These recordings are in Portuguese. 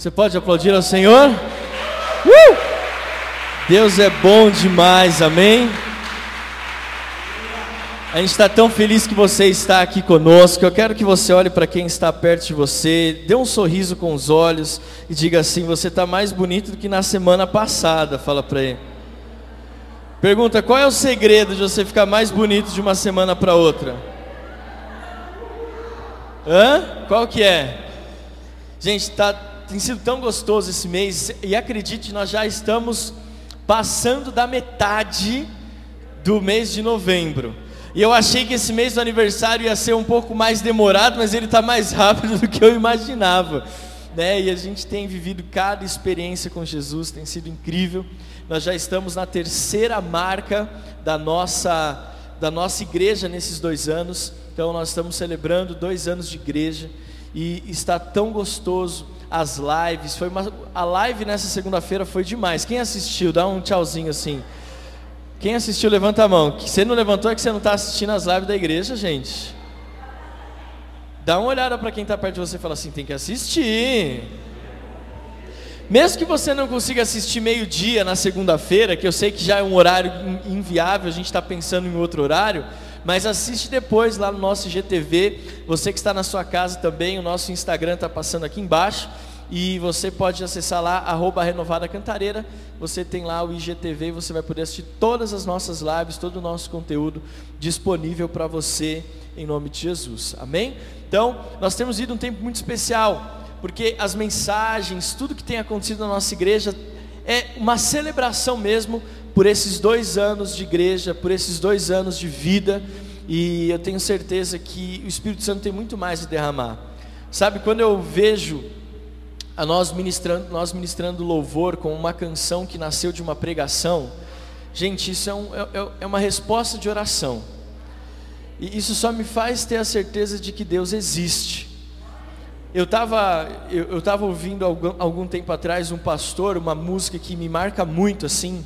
Você pode aplaudir ao Senhor? Deus é bom demais, amém? A gente está tão feliz que você está aqui conosco. Eu quero que você olhe para quem está perto de você, dê um sorriso com os olhos e diga assim: você está mais bonito do que na semana passada. Fala para ele. Pergunta: qual é o segredo de você ficar mais bonito de uma semana para outra? Qual que é? Gente, tem sido tão gostoso esse mês, e acredite, nós já estamos passando da metade do mês de novembro. E eu achei que esse mês do aniversário ia ser um pouco mais demorado, mas ele está mais rápido do que eu imaginava, né? E a gente tem vivido cada experiência com Jesus, tem sido incrível. Nós já estamos na terceira marca da nossa igreja nesses 2 anos. Então nós estamos celebrando 2 anos de igreja, e está tão gostoso. As lives, a live nessa segunda-feira foi demais. Quem assistiu? Dá um tchauzinho assim. Quem assistiu, levanta a mão. Que você não levantou é que você não está assistindo as lives da igreja, gente. Dá uma olhada para quem está perto de você e fala assim: tem que assistir. Mesmo que você não consiga assistir meio-dia na segunda-feira, que eu sei que já é um horário inviável, a gente está pensando em outro horário, mas assiste depois lá no nosso IGTV. Você que está na sua casa também, o nosso Instagram está passando aqui embaixo, e você pode acessar lá, @renovadacantareira. Você tem lá o IGTV e você vai poder assistir todas as nossas lives, todo o nosso conteúdo disponível para você, em nome de Jesus, amém? Então, nós temos vivido um tempo muito especial, porque as mensagens, tudo que tem acontecido na nossa igreja é uma celebração mesmo por esses 2 anos de igreja, por esses 2 anos de vida. E eu tenho certeza que o Espírito Santo tem muito mais a derramar. Sabe, quando eu vejo nós ministrando louvor com uma canção que nasceu de uma pregação, gente, isso é uma resposta de oração. E isso só me faz ter a certeza de que Deus existe. Eu estava ouvindo algum tempo atrás um pastor, uma música que me marca muito assim,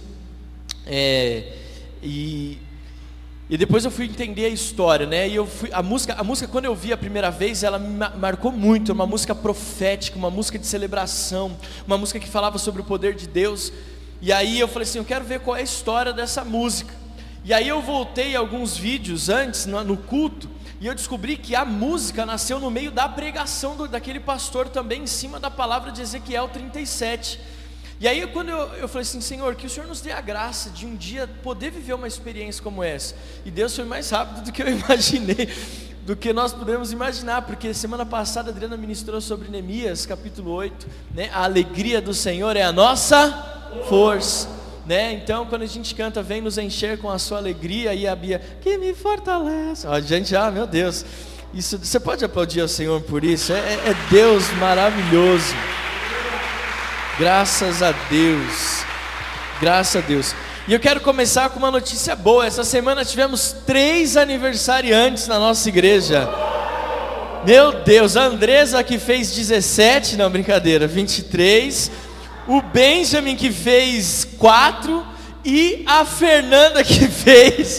e depois eu fui entender a história, né? E a música quando eu vi a primeira vez, ela me marcou muito. É uma música profética, uma música de celebração, uma música que falava sobre o poder de Deus. E aí eu falei assim: eu quero ver qual é a história dessa música. E aí eu voltei alguns vídeos antes no culto, e eu descobri que a música nasceu no meio da pregação daquele pastor também, em cima da palavra de Ezequiel 37. E aí quando eu falei assim: Senhor, que o Senhor nos dê a graça de um dia poder viver uma experiência como essa. E Deus foi mais rápido do que eu imaginei, do que nós podemos imaginar, porque semana passada a Adriana ministrou sobre Neemias capítulo 8, né? A alegria do Senhor é a nossa força, né? Então quando a gente canta "Vem nos encher com a sua alegria", e a Bia, que me fortalece, a gente, meu Deus, isso, você pode aplaudir ao Senhor por isso? É Deus maravilhoso. Graças a Deus, graças a Deus. E eu quero começar com uma notícia boa. Essa semana tivemos 3 aniversariantes na nossa igreja. Meu Deus, a Andresa que fez 17, não, brincadeira, 23. O Benjamin que fez 4. E a Fernanda que fez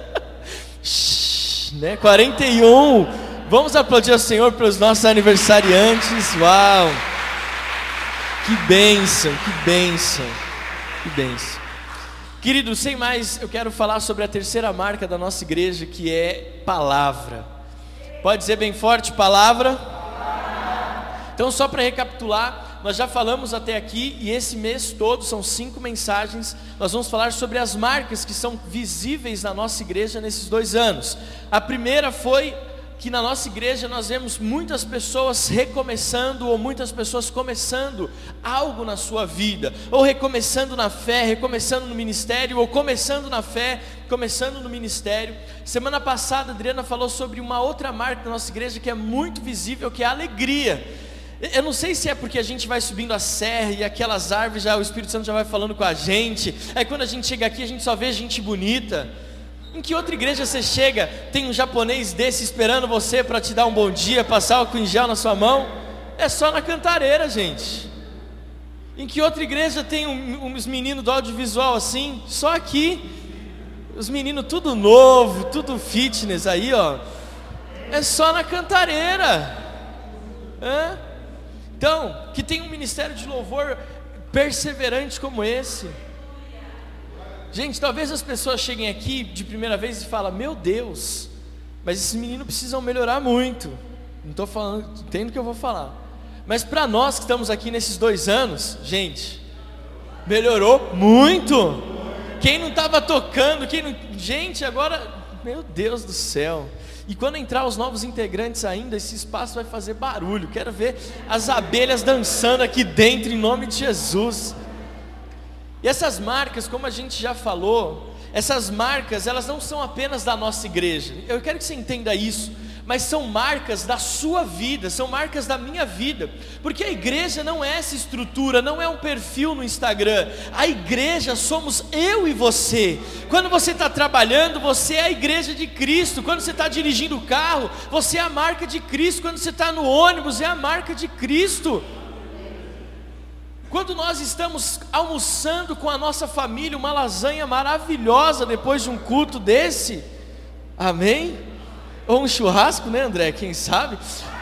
41. Vamos aplaudir ao Senhor pelos nossos aniversariantes. Uau! Que bênção, que bênção, que bênção. Querido, sem mais, eu quero falar sobre a terceira marca da nossa igreja, que é palavra. Pode dizer bem forte: palavra? Então, só para recapitular, nós já falamos até aqui, e esse mês todo, são 5 mensagens, nós vamos falar sobre as marcas que são visíveis na nossa igreja nesses 2 anos. A primeira foi que na nossa igreja nós vemos muitas pessoas recomeçando, ou muitas pessoas começando algo na sua vida, ou recomeçando na fé, recomeçando no ministério, ou começando na fé, começando no ministério. Semana passada a Adriana falou sobre uma outra marca da nossa igreja que é muito visível, que é a alegria. Eu não sei se é porque a gente vai subindo a serra e aquelas árvores, o Espírito Santo já vai falando com a gente. Aí quando a gente chega aqui, a gente só vê gente bonita. Em que outra igreja você chega, tem um japonês desse esperando você para te dar um bom dia, passar álcool em gel na sua mão? É só na Cantareira, gente. Em que outra igreja tem uns meninos do audiovisual assim? Só aqui. Os meninos tudo novo, tudo fitness aí, ó. É só na Cantareira. Então, que tenha um ministério de louvor perseverante como esse. Gente, talvez as pessoas cheguem aqui de primeira vez e falem: meu Deus, mas esses meninos precisam melhorar muito. Não estou falando, entendo o que eu vou falar. Mas para nós que estamos aqui nesses 2 anos, gente, melhorou muito. Quem não estava tocando, gente, agora, meu Deus do céu. E quando entrar os novos integrantes ainda, esse espaço vai fazer barulho. Quero ver as abelhas dançando aqui dentro, em nome de Jesus. E essas marcas, como a gente já falou, essas marcas, elas não são apenas da nossa igreja. Eu quero que você entenda isso. Mas são marcas da sua vida, são marcas da minha vida. Porque a igreja não é essa estrutura, não é um perfil no Instagram. A igreja somos eu e você. Quando você está trabalhando, você é a igreja de Cristo. Quando você está dirigindo o carro, você é a marca de Cristo. Quando você está no ônibus, é a marca de Cristo. Quando nós estamos almoçando com a nossa família, uma lasanha maravilhosa depois de um culto desse, amém? Ou um churrasco, né, André? Quem sabe?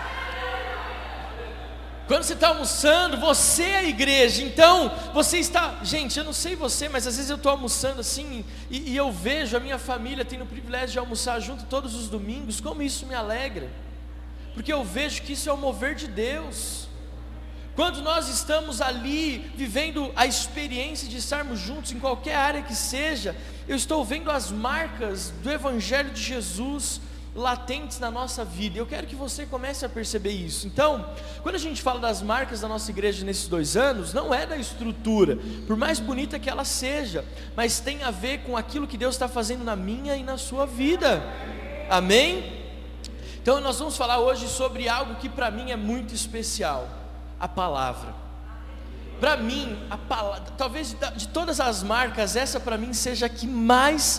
Quando você está almoçando, você é a igreja. Então, você está... Gente, eu não sei você, mas às vezes eu estou almoçando assim e eu vejo a minha família tendo o privilégio de almoçar junto todos os domingos. Como isso me alegra. Porque eu vejo que isso é o mover de Deus. Quando nós estamos ali vivendo a experiência de estarmos juntos em qualquer área que seja, eu estou vendo as marcas do Evangelho de Jesus latentes na nossa vida. Eu quero que você comece a perceber isso. Então, quando a gente fala das marcas da nossa igreja nesses 2 anos, não é da estrutura, por mais bonita que ela seja, mas tem a ver com aquilo que Deus está fazendo na minha e na sua vida. Amém? Então nós vamos falar hoje sobre algo que para mim é muito especial: a palavra. Para mim, a palavra, talvez de todas as marcas, essa para mim seja a que mais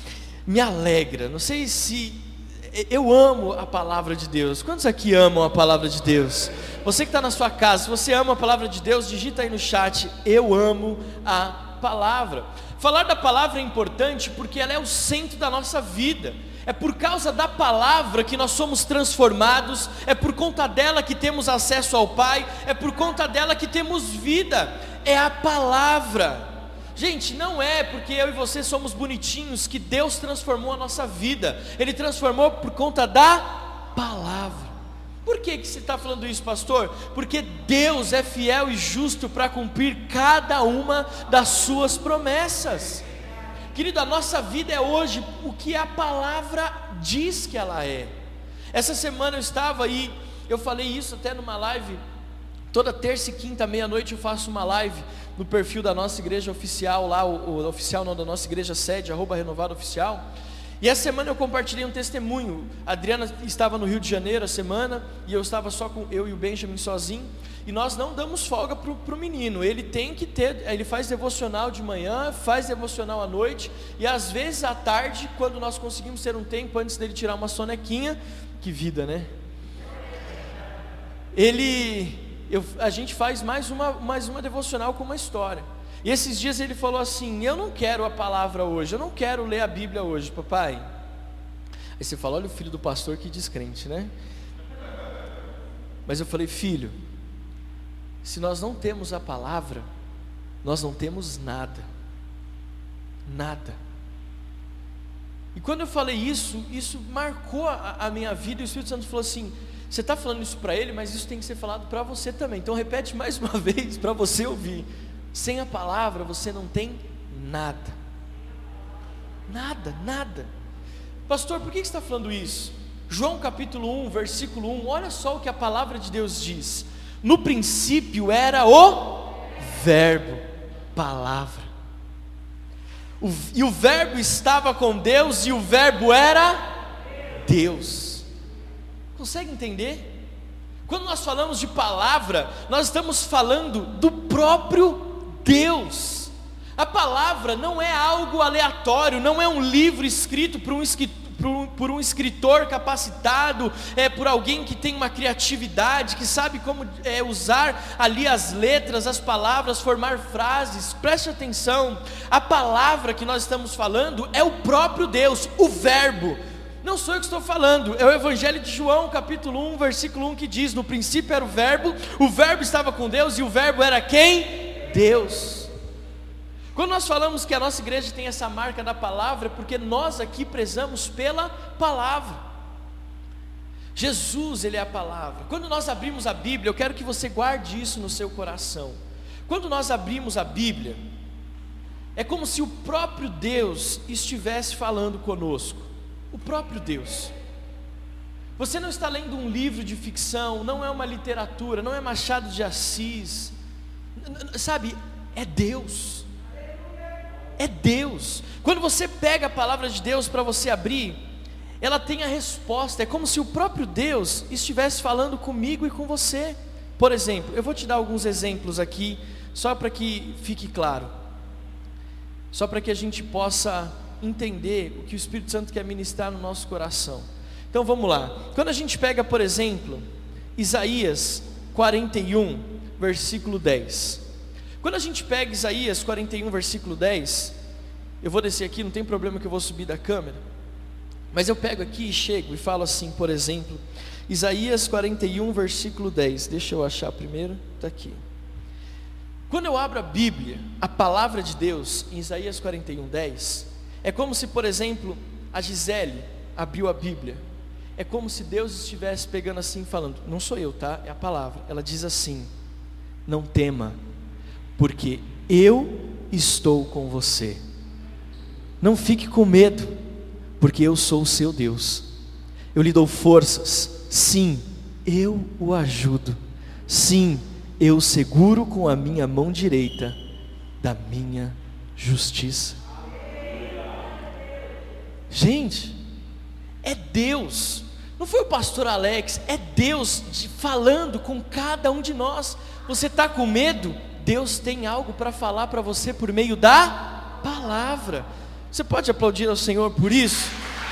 me alegra. Não sei se eu amo a palavra de Deus. Quantos aqui amam a palavra de Deus? Você que está na sua casa, se você ama a palavra de Deus, digita aí no chat: eu amo a palavra. Falar da palavra é importante porque ela é o centro da nossa vida. É por causa da palavra que nós somos transformados, é por conta dela que temos acesso ao Pai, é por conta dela que temos vida. É a palavra. Gente, não é porque eu e você somos bonitinhos que Deus transformou a nossa vida. Ele transformou por conta da palavra. Por que você está falando isso, pastor? Porque Deus é fiel e justo para cumprir cada uma das suas promessas. Querido, a nossa vida é hoje o que a palavra diz que ela é. Essa semana eu estava aí, eu falei isso até numa live. Toda terça e quinta, meia-noite, eu faço uma live no perfil da nossa igreja oficial, lá, o oficial não, da nossa igreja sede, @renovadoOficial. E essa semana eu compartilhei um testemunho. A Adriana estava no Rio de Janeiro a semana, e eu estava só com eu e o Benjamin sozinho. E nós não damos folga para o menino. Ele tem que ter, ele faz devocional de manhã, faz devocional à noite, e às vezes à tarde, quando nós conseguimos ter um tempo antes dele tirar uma sonequinha. Que vida, né? A gente faz mais uma devocional com uma história. E esses dias ele falou assim: eu não quero a palavra hoje, eu não quero ler a Bíblia hoje, papai. Aí você fala: olha o filho do pastor que descrente, né? Mas eu falei: filho, se nós não temos a palavra, nós não temos nada. Nada. E quando eu falei isso marcou a minha vida. E o Espírito Santo falou assim: você está falando isso para ele, mas isso tem que ser falado para você também. Então repete mais uma vez para você ouvir. Sem a palavra você não tem nada. Nada, nada. Pastor, por que você está falando isso? João capítulo 1, versículo 1, olha só o que a palavra de Deus diz: no princípio era o verbo, palavra, e o verbo estava com Deus, e o verbo era Deus. Consegue entender? Quando nós falamos de palavra, nós estamos falando do próprio Deus. A palavra não é algo aleatório, não é um livro escrito por um escritor capacitado, por alguém que tem uma criatividade, que sabe como usar ali as letras, as palavras, formar frases. Preste atenção, a palavra que nós estamos falando é o próprio Deus, o verbo. Não sou eu que estou falando, é o Evangelho de João, capítulo 1, versículo 1, que diz: no princípio era o Verbo estava com Deus, e o Verbo era quem? Deus. Quando nós falamos que a nossa igreja tem essa marca da palavra, é porque nós aqui prezamos pela palavra. Jesus, Ele é a palavra. Quando nós abrimos a Bíblia, eu quero que você guarde isso no seu coração. Quando nós abrimos a Bíblia, é como se o próprio Deus estivesse falando conosco. O próprio Deus. Você não está lendo um livro de ficção, não é uma literatura, não é Machado de Assis, sabe, é Deus. É Deus. Quando você pega a palavra de Deus para você abrir, ela tem a resposta. É como se o próprio Deus estivesse falando comigo e com você. Por exemplo, eu vou te dar alguns exemplos aqui, só para que fique claro, só para que a gente possa entender o que o Espírito Santo quer ministrar no nosso coração. Então vamos lá. Quando a gente pega, por exemplo, Isaías 41, versículo 10. Quando a gente pega Isaías 41, versículo 10, eu vou descer aqui, não tem problema que eu vou subir da câmera, mas eu pego aqui e chego e falo assim, por exemplo, Isaías 41, versículo 10. Deixa eu achar primeiro, está aqui. Quando eu abro a Bíblia, a palavra de Deus, em Isaías 41, 10, é como se, por exemplo, a Gisele abriu a Bíblia. É como se Deus estivesse pegando assim, falando, não sou eu, tá? É a palavra. Ela diz assim: não tema, porque eu estou com você. Não fique com medo, porque eu sou o seu Deus. Eu lhe dou forças. Sim, eu o ajudo. Sim, eu o seguro com a minha mão direita da minha justiça. Gente, é Deus, não foi o pastor Alex, é Deus falando com cada um de nós. Você está com medo? Deus tem algo para falar para você por meio da palavra. Você pode aplaudir ao Senhor por isso?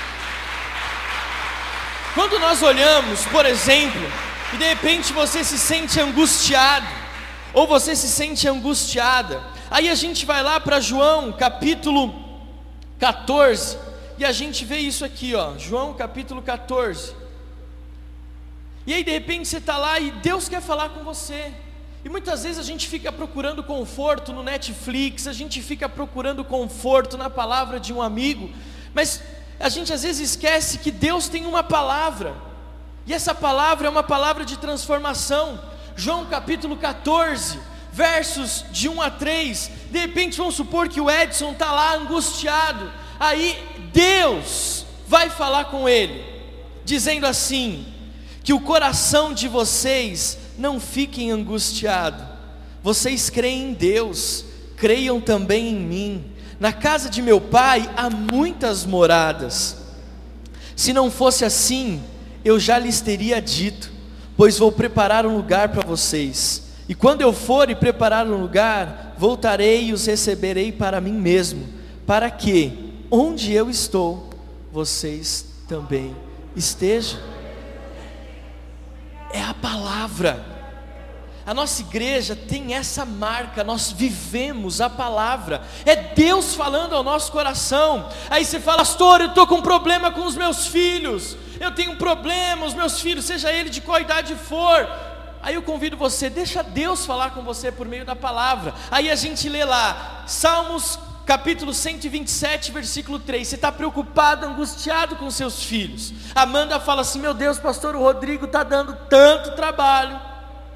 Quando nós olhamos, por exemplo, e de repente você se sente angustiado, ou você se sente angustiada, aí a gente vai lá para João capítulo 14, e a gente vê isso aqui, ó, João capítulo 14. E aí de repente você está lá e Deus quer falar com você. E muitas vezes a gente fica procurando conforto no Netflix, a gente fica procurando conforto na palavra de um amigo, mas a gente às vezes esquece que Deus tem uma palavra, e essa palavra é uma palavra de transformação. João capítulo 14, versos de 1 a 3, de repente vamos supor que o Edson está lá angustiado, aí Deus vai falar com ele, dizendo assim: que o coração de vocês não fique angustiado, vocês creem em Deus, creiam também em mim. Na casa de meu pai há muitas moradas, se não fosse assim, eu já lhes teria dito, pois vou preparar um lugar para vocês, e quando eu for e preparar um lugar, voltarei e os receberei para mim mesmo, para que, onde eu estou, vocês também estejam. É a palavra. A nossa igreja tem essa marca, nós vivemos a palavra, é Deus falando ao nosso coração. Aí você fala: pastor, eu estou com um problema com os meus filhos, eu tenho um problema, os meus filhos, seja ele de qual idade for. Aí eu convido você, deixa Deus falar com você por meio da palavra. Aí a gente lê lá, Salmos capítulo 127, versículo 3, você está preocupado, angustiado com seus filhos. Amanda fala assim: meu Deus, pastor, o Rodrigo está dando tanto trabalho.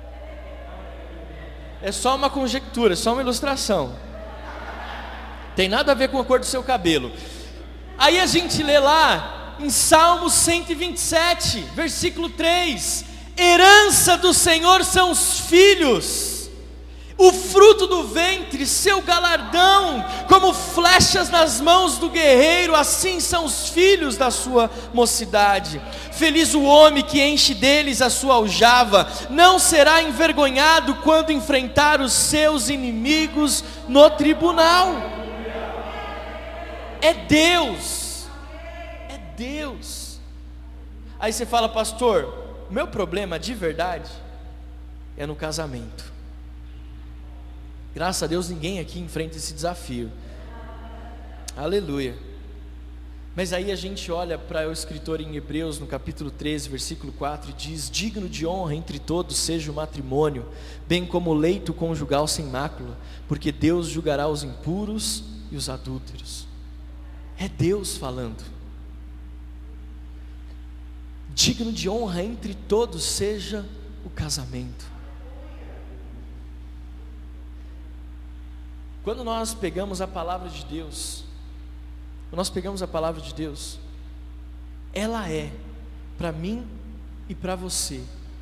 É só uma conjectura, é só uma ilustração, tem nada a ver com a cor do seu cabelo. Aí a gente lê lá em Salmos 127, versículo 3: herança do Senhor são os filhos, o fruto do ventre, seu galardão, como flechas nas mãos do guerreiro, assim são os filhos da sua mocidade. Feliz o homem que enche deles a sua aljava, não será envergonhado quando enfrentar os seus inimigos no tribunal. É Deus, é Deus. Aí você fala: pastor, o meu problema de verdade é no casamento. Graças a Deus ninguém aqui enfrenta esse desafio. Aleluia. Mas aí a gente olha para o escritor em Hebreus, no capítulo 13, versículo 4, e diz: digno de honra entre todos seja o matrimônio, bem como o leito conjugal sem mácula, porque Deus julgará os impuros e os adúlteros. É Deus falando. Digno de honra entre todos seja o casamento. Quando nós pegamos a palavra de Deus, ela é, para mim e para você,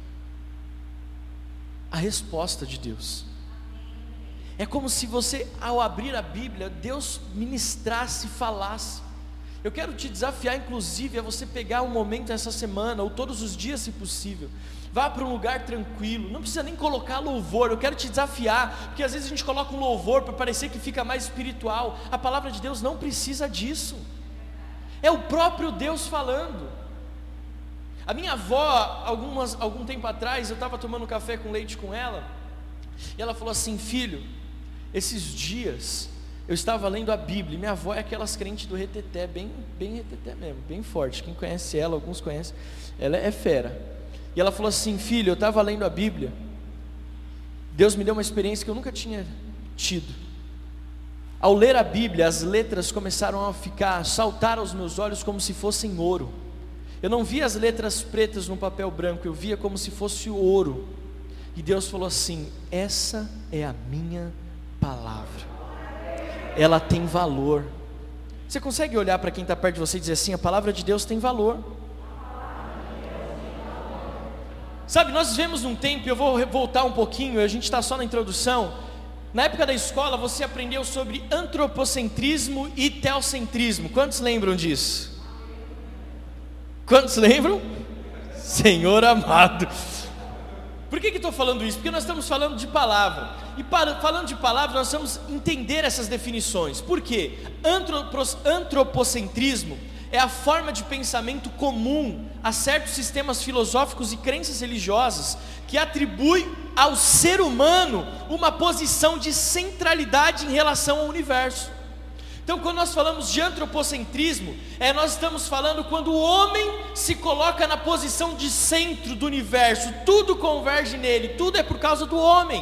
a resposta de Deus. É como se você, ao abrir a Bíblia, Deus ministrasse, falasse. Eu quero te desafiar, inclusive, a você pegar um momento essa semana, ou todos os dias, se possível. Vá para um lugar tranquilo, não precisa nem colocar louvor. Eu quero te desafiar, porque às vezes a gente coloca um louvor para parecer que fica mais espiritual. A palavra de Deus não precisa disso. É o próprio Deus falando. A minha avó, algum tempo atrás, eu estava tomando café com leite com ela, e ela falou assim: filho, esses dias eu estava lendo a Bíblia. Minha avó é aquelas crentes do reteté, bem reteté mesmo, bem forte. Quem conhece ela, alguns conhecem, ela é fera. E ela falou assim: filho, eu estava lendo a Bíblia, Deus me deu uma experiência que eu nunca tinha tido. Ao ler a Bíblia, as letras começaram a saltar aos meus olhos como se fossem ouro. Eu não via as letras pretas no papel branco, eu via como se fosse ouro. E Deus falou assim: essa é a minha palavra, ela tem valor. Você consegue olhar para quem está perto de você e dizer assim: a palavra de Deus tem valor? Sabe, nós vivemos num tempo, eu vou voltar um pouquinho, a gente está só na introdução. Na época da escola você aprendeu sobre antropocentrismo e teocentrismo. Quantos lembram disso? Quantos lembram? Senhor amado. Por que estou falando isso? Porque nós estamos falando de palavra. E falando de palavra, nós vamos entender essas definições. Por quê? Antropocentrismo é a forma de pensamento comum a certos sistemas filosóficos e crenças religiosas, que atribui ao ser humano uma posição de centralidade em relação ao universo. Então, quando nós falamos de antropocentrismo, nós estamos falando quando o homem se coloca na posição de centro do universo, tudo converge nele, tudo é por causa do homem.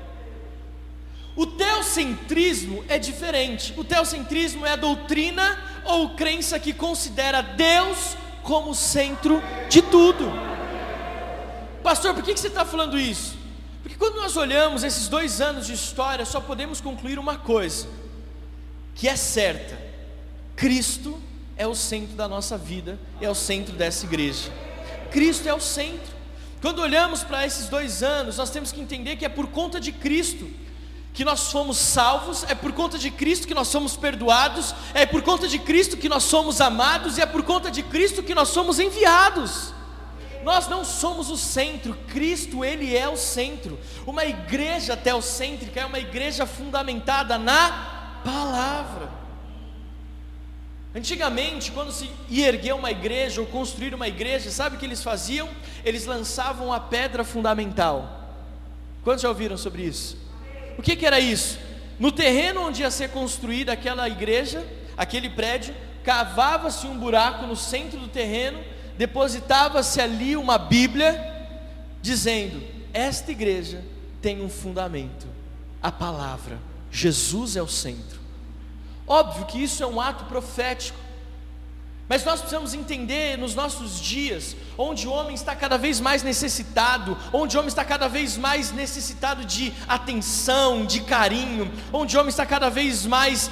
O teocentrismo é diferente. O teocentrismo é a doutrina ou crença que considera Deus como centro de tudo. Pastor, por que você está falando isso? Porque quando nós olhamos esses 2 anos de história, só podemos concluir uma coisa, que é certa: Cristo é o centro da nossa vida, é o centro dessa igreja. Cristo é o centro. Quando olhamos para esses 2 anos, nós temos que entender que é por conta de Cristo que nós fomos salvos, é por conta de Cristo que nós somos perdoados, é por conta de Cristo que nós somos amados, e é por conta de Cristo que nós somos enviados. Nós não somos o centro, Cristo, Ele é o centro. Uma igreja teocêntrica é uma igreja fundamentada na palavra. Antigamente, quando se ia erguer uma igreja ou construir uma igreja, sabe o que eles faziam? Eles lançavam a pedra fundamental. Quantos já ouviram sobre isso? O que era isso? No terreno onde ia ser construída aquela igreja, aquele prédio, cavava-se um buraco no centro do terreno, depositava-se ali uma Bíblia, dizendo: esta igreja tem um fundamento, a palavra, Jesus é o centro. Óbvio que isso é um ato profético, mas nós precisamos entender nos nossos dias, onde o homem está cada vez mais necessitado, onde o homem está cada vez mais necessitado de atenção, de carinho, onde o homem está cada vez mais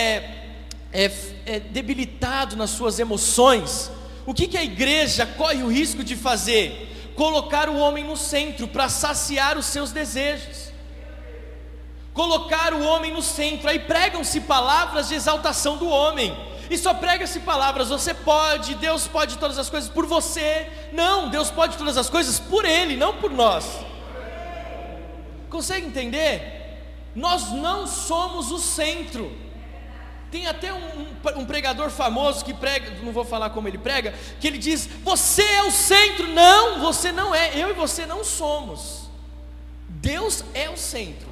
debilitado nas suas emoções. O que a igreja corre o risco de fazer? Colocar o homem no centro para saciar os seus desejos, colocar o homem no centro. Aí pregam-se palavras de exaltação do homem, e só prega-se palavras: você pode, Deus pode todas as coisas por você. Não, Deus pode todas as coisas por Ele, não por nós. Consegue entender? Nós não somos o centro. Tem até um pregador famoso que prega, não vou falar como ele prega, que ele diz: você é o centro. Não, você não é, eu e você não somos. Deus é o centro.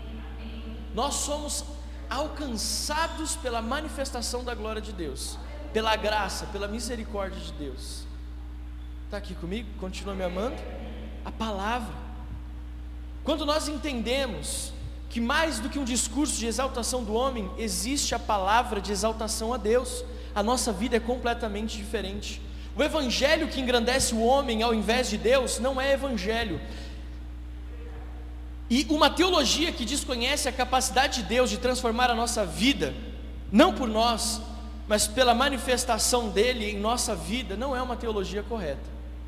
Nós somos alcançados pela manifestação da glória de Deus. pela graça, pela misericórdia de Deus. Está aqui comigo? Continua me amando? A palavra. Quando nós entendemos que mais do que um discurso de exaltação do homem, existe a palavra de exaltação a Deus, a nossa vida é completamente diferente. O evangelho que engrandece o homem ao invés de Deus não é evangelho. E uma teologia que desconhece a capacidade de Deus de transformar a nossa vida, não por nós, mas pela manifestação dele em nossa vida, não é uma teologia correta.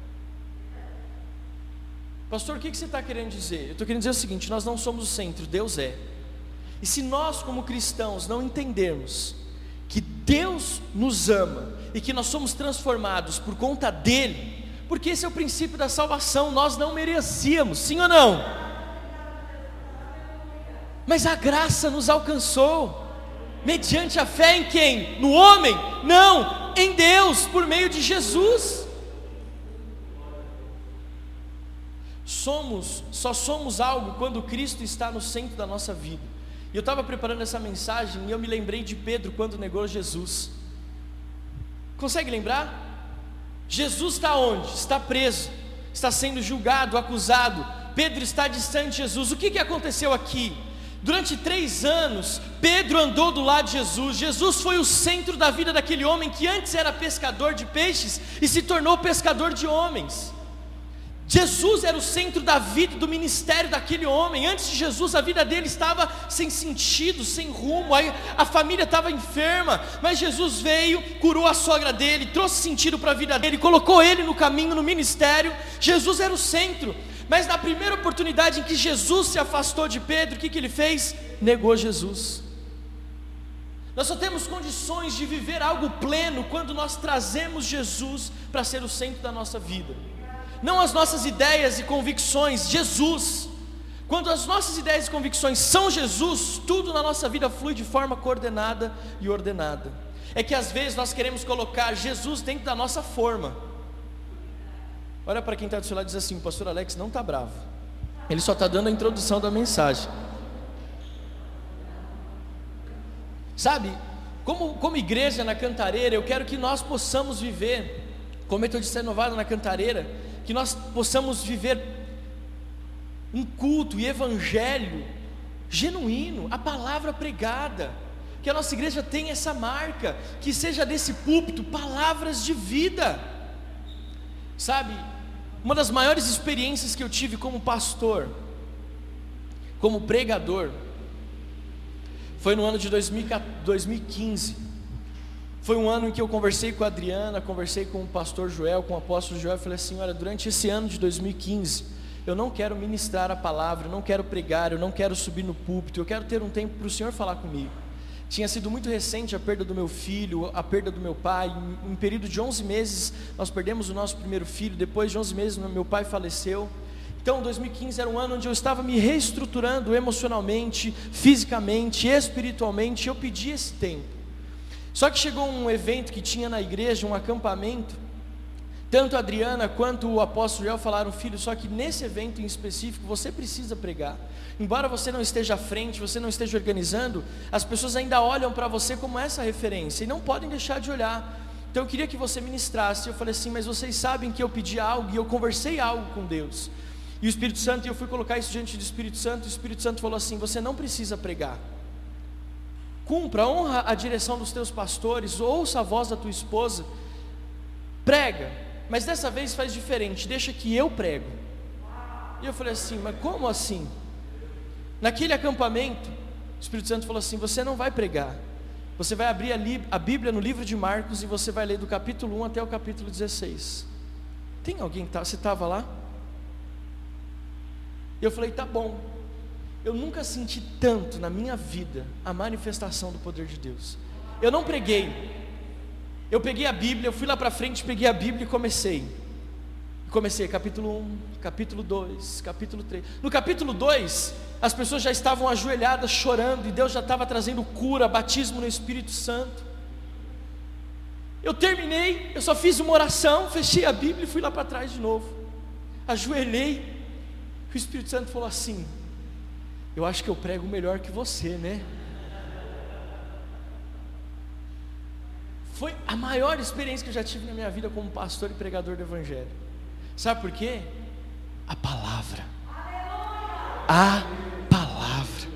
Pastor, o que você está querendo dizer? Eu estou querendo dizer o seguinte: nós não somos o centro, Deus é. E se nós como cristãos não entendermos que Deus nos ama e que nós somos transformados por conta dele, porque esse é o princípio da salvação, nós não merecíamos, sim ou não? Mas a graça nos alcançou, mediante a fé em quem? No homem? Não, em Deus, por meio de Jesus. Só somos algo quando Cristo está no centro da nossa vida. E eu estava preparando essa mensagem e eu me lembrei de Pedro quando negou Jesus. Consegue lembrar? Jesus está onde? Está preso, está sendo julgado, acusado. Pedro está distante de Jesus. O que aconteceu aqui? Durante 3 anos, Pedro andou do lado de Jesus. Jesus foi o centro da vida daquele homem que antes era pescador de peixes e se tornou pescador de homens. Jesus era o centro da vida e do ministério daquele homem. Antes de Jesus, a vida dele estava sem sentido, sem rumo, a família estava enferma, mas Jesus veio, curou a sogra dele, trouxe sentido para a vida dele, colocou ele no caminho, no ministério. Jesus era o centro. Mas na primeira oportunidade em que Jesus se afastou de Pedro, o que ele fez? Negou Jesus. Nós só temos condições de viver algo pleno quando nós trazemos Jesus para ser o centro da nossa vida. Não as nossas ideias e convicções, Jesus. Quando as nossas ideias e convicções são Jesus, tudo na nossa vida flui de forma coordenada e ordenada. É que às vezes nós queremos colocar Jesus dentro da nossa forma. Olha para quem está do seu lado e diz assim: o pastor Alex não está bravo, ele só está dando a introdução da mensagem. Sabe, como igreja na Cantareira, eu quero que nós possamos viver, como Metodista Renovada na Cantareira, que nós possamos viver um culto e evangelho genuíno, a palavra pregada, que a nossa igreja tenha essa marca, que seja desse púlpito palavras de vida. Sabe, uma das maiores experiências que eu tive como pastor, como pregador, foi no ano de 2015. Foi um ano em que eu conversei com a Adriana, conversei com o pastor Joel, com o apóstolo Joel, e falei assim: olha, durante esse ano de 2015, eu não quero ministrar a palavra, eu não quero pregar, eu não quero subir no púlpito, eu quero ter um tempo para o Senhor falar comigo. Tinha sido muito recente a perda do meu filho, a perda do meu pai. Em um período de 11 meses, nós perdemos o nosso primeiro filho. Depois de 11 meses, meu pai faleceu. Então 2015 era um ano onde eu estava me reestruturando emocionalmente, fisicamente, espiritualmente. Eu pedi esse tempo. Só que chegou um evento que tinha na igreja, um acampamento. Tanto a Adriana quanto o apóstolo Joel falaram: filho, só que nesse evento em específico você precisa pregar. Embora você não esteja à frente, você não esteja organizando, as pessoas ainda olham para você como essa referência e não podem deixar de olhar. Então eu queria que você ministrasse. Eu falei assim: mas vocês sabem que eu pedi algo e eu conversei algo com Deus. E o Espírito Santo, e eu fui colocar isso diante do Espírito Santo, e o Espírito Santo falou assim: você não precisa pregar. Cumpra, honra a direção dos teus pastores, ouça a voz da tua esposa, prega, mas dessa vez faz diferente, deixa que eu prego. E eu falei assim: mas como assim? Naquele acampamento, o Espírito Santo falou assim: você não vai pregar, você vai abrir a Bíblia no livro de Marcos e você vai ler do capítulo 1 até o capítulo 16. Tem alguém, você estava lá? E eu falei: tá bom. Eu nunca senti tanto na minha vida a manifestação do poder de Deus. Eu não preguei, eu peguei a Bíblia, eu fui lá para frente, peguei a Bíblia e comecei capítulo 1, capítulo 2, capítulo 3. No capítulo 2, as pessoas já estavam ajoelhadas chorando, e Deus já estava trazendo cura, batismo no Espírito Santo. Eu terminei, eu só fiz uma oração, fechei a Bíblia e fui lá para trás de novo, ajoelhei. O Espírito Santo falou assim: eu acho que eu prego melhor que você, né? Foi a maior experiência que eu já tive na minha vida como pastor e pregador do Evangelho. Sabe por quê? A palavra. A palavra.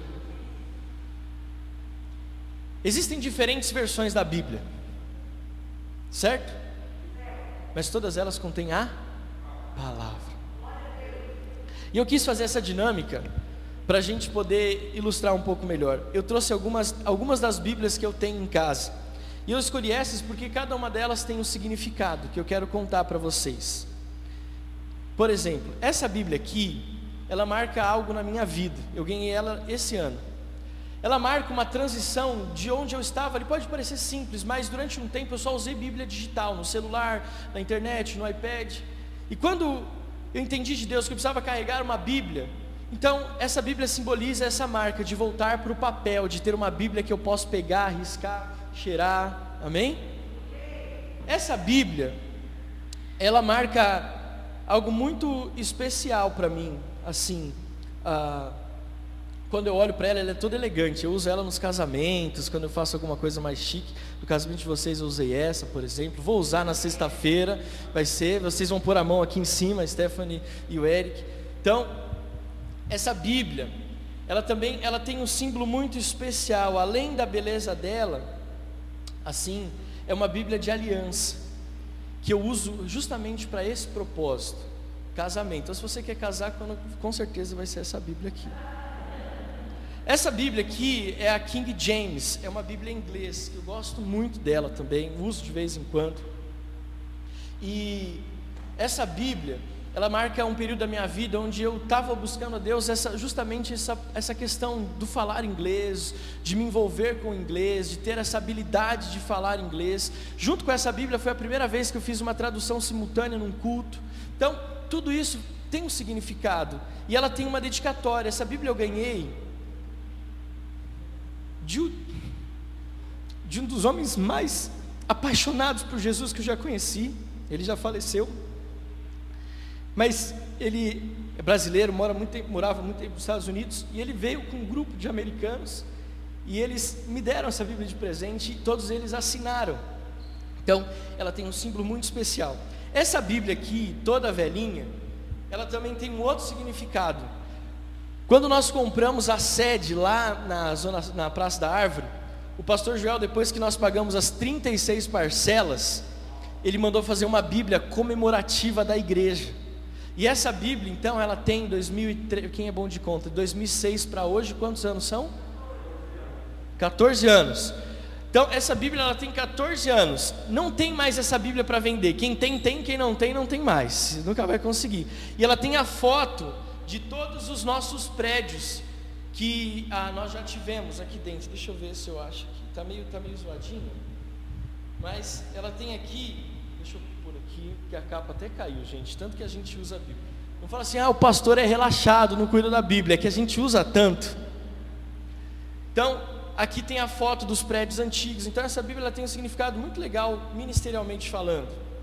Existem diferentes versões da Bíblia, certo? Mas todas elas contêm a palavra. E eu quis fazer essa dinâmica para a gente poder ilustrar um pouco melhor. Eu trouxe algumas das Bíblias que eu tenho em casa. E eu escolhi essas porque cada uma delas tem um significado que eu quero contar para vocês. Por exemplo, essa Bíblia aqui, ela marca algo na minha vida. Eu ganhei ela esse ano. Ela marca uma transição de onde eu estava. Ele pode parecer simples, mas durante um tempo eu só usei Bíblia digital, no celular, na internet, no iPad. E quando eu entendi de Deus que eu precisava carregar uma Bíblia, então essa Bíblia simboliza essa marca de voltar para o papel, de ter uma Bíblia que eu posso pegar, riscar, cheirar, amém? Essa Bíblia, ela marca algo muito especial para mim, assim, quando eu olho para ela, ela é toda elegante. Eu uso ela nos casamentos, quando eu faço alguma coisa mais chique. No casamento de vocês eu usei essa, por exemplo. Vou usar na sexta-feira, vocês vão pôr a mão aqui em cima, a Stephanie e o Eric. Então, essa Bíblia, ela tem um símbolo muito especial. Além da beleza dela, assim, é uma Bíblia de aliança, que eu uso justamente para esse propósito, casamento. Então se você quer casar, com certeza vai ser essa Bíblia aqui. Essa Bíblia aqui é a King James, é uma Bíblia em inglês, que eu gosto muito dela também, uso de vez em quando. E essa Bíblia, ela marca um período da minha vida onde eu estava buscando a Deus justamente essa questão do falar inglês, de me envolver com o inglês, de ter essa habilidade de falar inglês. Junto com essa Bíblia foi a primeira vez que eu fiz uma tradução simultânea num culto. Então, tudo isso tem um significado, e ela tem uma dedicatória. Essa Bíblia eu ganhei de um dos homens mais apaixonados por Jesus que eu já conheci. Ele já faleceu, mas ele é brasileiro, morava muito tempo nos Estados Unidos, e ele veio com um grupo de americanos, e eles me deram essa Bíblia de presente, e todos eles assinaram. Então, ela tem um símbolo muito especial. Essa Bíblia aqui, toda velhinha, ela também tem um outro significado. Quando nós compramos a sede lá na Praça da Árvore, o pastor Joel, depois que nós pagamos as 36 parcelas, ele mandou fazer uma Bíblia comemorativa da igreja. E essa Bíblia, então, ela tem 2003, quem é bom de conta, 2006 para hoje, quantos anos são? 14 anos. Então, essa Bíblia, ela tem 14 anos. Não tem mais essa Bíblia para vender. Quem tem, quem não tem mais. Você nunca vai conseguir. E ela tem a foto de todos os nossos prédios que nós já tivemos aqui dentro. Deixa eu ver se eu acho aqui. Tá meio zoadinho. Mas ela tem aqui, deixa eu pôr aqui, que a capa até caiu, gente. Tanto que a gente usa a Bíblia. Não fala assim, o pastor é relaxado, não cuida da Bíblia. É que a gente usa tanto. Então, aqui tem a foto dos prédios antigos. Então essa Bíblia ela tem um significado muito legal, ministerialmente falando.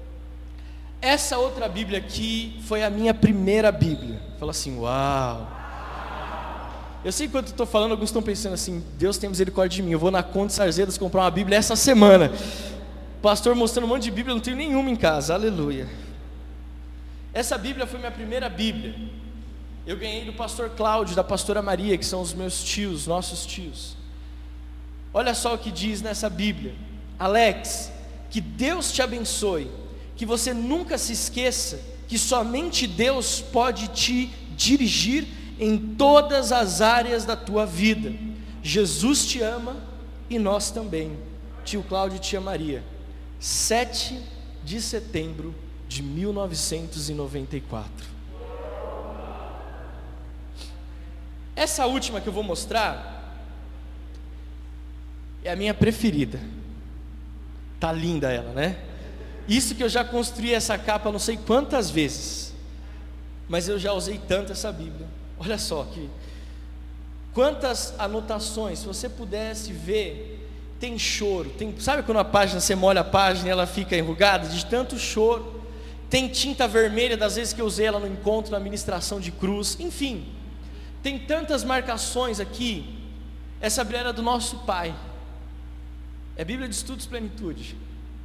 Essa outra Bíblia aqui foi a minha primeira Bíblia. Fala assim, uau. Eu sei que quando eu estou falando, alguns estão pensando assim, Deus tem misericórdia de mim, eu vou na Conde Sarzedas comprar uma Bíblia essa semana. Pastor mostrando um monte de Bíblia, eu não tenho nenhuma em casa, aleluia. Essa Bíblia foi minha primeira Bíblia. Eu ganhei do pastor Cláudio, da pastora Maria, que são os meus tios, nossos tios. Olha só o que diz nessa Bíblia. Alex, que Deus te abençoe, que você nunca se esqueça que somente Deus pode te dirigir em todas as áreas da tua vida. Jesus te ama e nós também. Tio Cláudio e tia Maria. 7 de setembro de 1994. Essa última que eu vou mostrar é a minha preferida. Tá linda ela, né? Isso que eu já construí essa capa não sei quantas vezes, mas eu já usei tanto essa Bíblia. Olha só que quantas anotações. Se você pudesse ver, tem choro, sabe quando a página, você molha a página e ela fica enrugada de tanto choro? Tem tinta vermelha das vezes que eu usei ela no encontro, na ministração de cruz. Enfim, tem tantas marcações aqui. Essa Bíblia era do nosso pai. É Bíblia de Estudos Plenitude.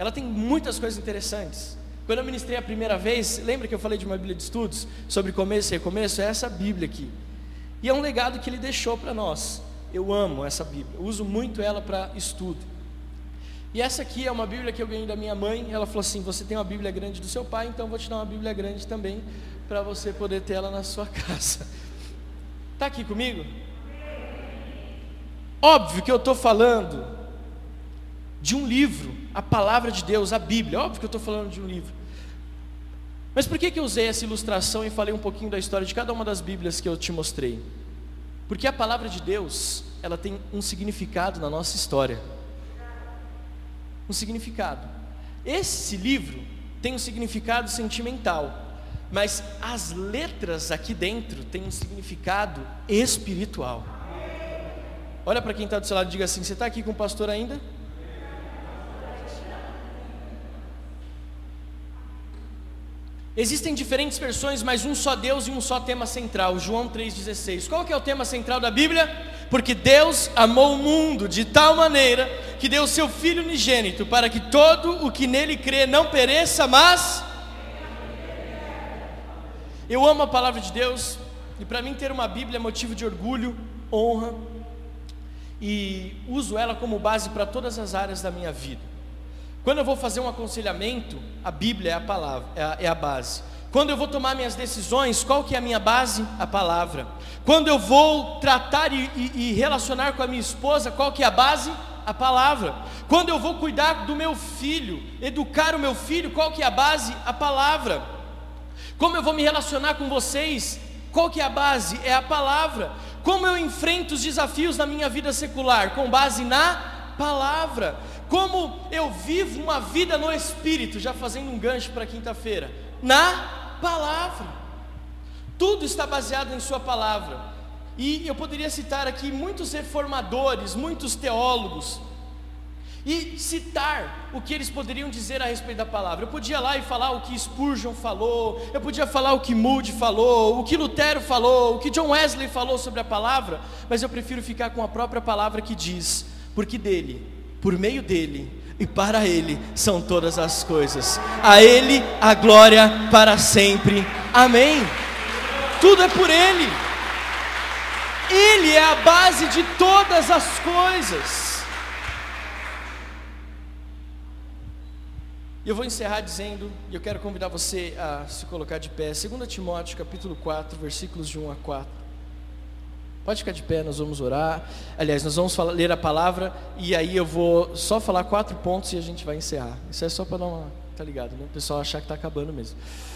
ela tem muitas coisas interessantes. Quando eu ministrei a primeira vez, lembra que eu falei de uma Bíblia de estudos sobre começo e recomeço? É essa Bíblia aqui, e é um legado que ele deixou para nós. Eu amo essa Bíblia, eu uso muito ela para estudo. E essa aqui é uma Bíblia que eu ganhei da minha mãe. Ela falou assim: você tem uma Bíblia grande do seu pai, então eu vou te dar uma Bíblia grande também, para você poder ter ela na sua casa. Está aqui comigo? Óbvio que eu estou falando de um livro, a palavra de Deus, a Bíblia. Óbvio que eu estou falando de um livro. Mas por que eu usei essa ilustração e falei um pouquinho da história de cada uma das Bíblias que eu te mostrei? Porque a palavra de Deus, ela tem um significado na nossa história. Um significado. Esse livro tem um significado sentimental, mas as letras aqui dentro têm um significado espiritual. Olha para quem está do seu lado e diga assim: você está aqui com o pastor ainda? Existem diferentes versões, mas um só Deus e um só tema central. João 3,16. Qual que é o tema central da Bíblia? Porque Deus amou o mundo de tal maneira que deu o seu Filho unigênito, para que todo o que nele crê não pereça, mas... Eu amo a palavra de Deus, e para mim ter uma Bíblia é motivo de orgulho, honra, e uso ela como base para todas as áreas da minha vida. Quando eu vou fazer um aconselhamento, a Bíblia é a palavra, é a base. Quando eu vou tomar minhas decisões, qual que é a minha base? A palavra. Quando eu vou tratar e relacionar com a minha esposa, qual que é a base? A palavra. Quando eu vou cuidar do meu filho, educar o meu filho, qual que é a base? A palavra. Como eu vou me relacionar com vocês, qual que é a base? É a palavra. Como eu enfrento os desafios na minha vida secular? Com base na palavra. Como eu vivo uma vida no Espírito, já fazendo um gancho para quinta-feira, na palavra. Tudo está baseado em sua palavra. E eu poderia citar aqui muitos reformadores, muitos teólogos, e citar o que eles poderiam dizer a respeito da palavra. Eu podia ir lá e falar o que Spurgeon falou, eu podia falar o que Moody falou, o que Lutero falou, o que John Wesley falou sobre a palavra, mas eu prefiro ficar com a própria palavra que diz: porque dele, por meio dele e para ele são todas as coisas, a ele a glória para sempre, amém. Tudo é por ele, ele é a base de todas as coisas. E eu vou encerrar dizendo, e eu quero convidar você a se colocar de pé, 2 Timóteo capítulo 4, versículos de 1 a 4. Pode ficar de pé, nós vamos orar. Aliás, nós vamos ler a palavra, e aí eu vou só falar 4 pontos e a gente vai encerrar. Isso é só para dar uma, tá ligado, né? O pessoal achar que está acabando mesmo.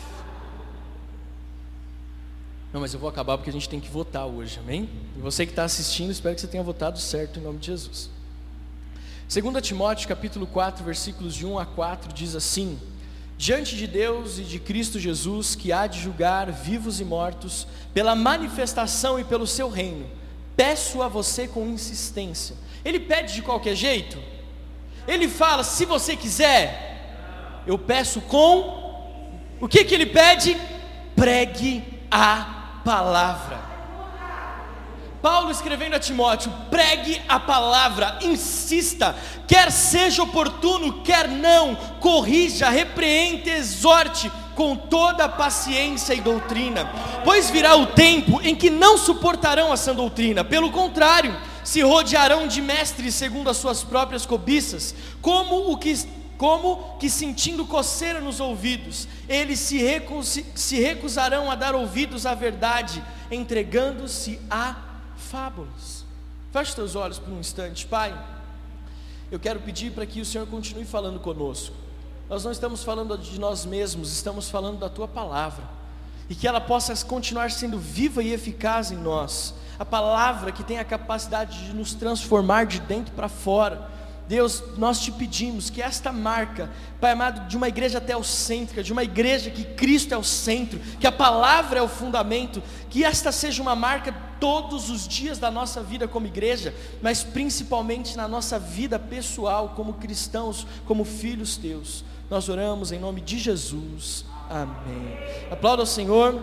Não, mas eu vou acabar porque a gente tem que votar hoje, amém? E você que está assistindo, espero que você tenha votado certo em nome de Jesus. 2 Timóteo capítulo 4, versículos de 1 a 4 diz assim: diante de Deus e de Cristo Jesus, que há de julgar vivos e mortos, pela manifestação e pelo seu reino, peço a você com insistência. Ele pede de qualquer jeito? Ele fala, se você quiser? Eu peço com... O que ele pede? Pregue a palavra. Paulo escrevendo a Timóteo: pregue a palavra, insista, quer seja oportuno, quer não, corrija, repreende, exorte com toda a paciência e doutrina, pois virá o tempo em que não suportarão a sã doutrina, pelo contrário, se rodearão de mestres segundo as suas próprias cobiças, como que sentindo coceira nos ouvidos, eles se recusarão a dar ouvidos à verdade, entregando-se a fábulas. Feche teus olhos por um instante. Pai, eu quero pedir para que o Senhor continue falando conosco. Nós não estamos falando de nós mesmos, estamos falando da Tua palavra, e que ela possa continuar sendo viva e eficaz em nós. A palavra que tem a capacidade de nos transformar de dentro para fora. Deus, nós te pedimos que esta marca, Pai amado, de uma igreja teocêntrica, de uma igreja que Cristo é o centro, que a palavra é o fundamento, que esta seja uma marca todos os dias da nossa vida como igreja, mas principalmente na nossa vida pessoal, como cristãos, como filhos teus. Nós oramos em nome de Jesus, amém. Aplauda ao Senhor.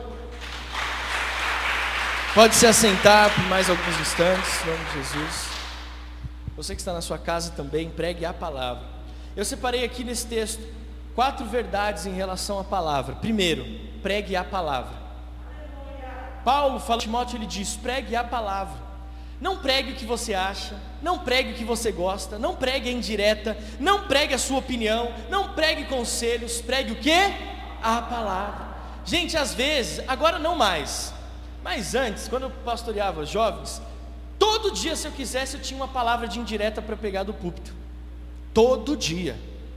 Pode se assentar por mais alguns instantes, em nome de Jesus. Você que está na sua casa também, pregue a palavra. Eu separei aqui nesse texto 4 verdades em relação à palavra. Primeiro, pregue a palavra. Paulo fala a Timóteo, ele diz: pregue a palavra. Não pregue o que você acha, não pregue o que você gosta, não pregue a indireta, não pregue a sua opinião, não pregue conselhos, pregue o quê? A palavra. Gente, às vezes, agora não mais, mas antes, quando eu pastoreava jovens, todo dia, se eu quisesse, eu tinha uma palavra de indireta para pegar do púlpito. Todo dia.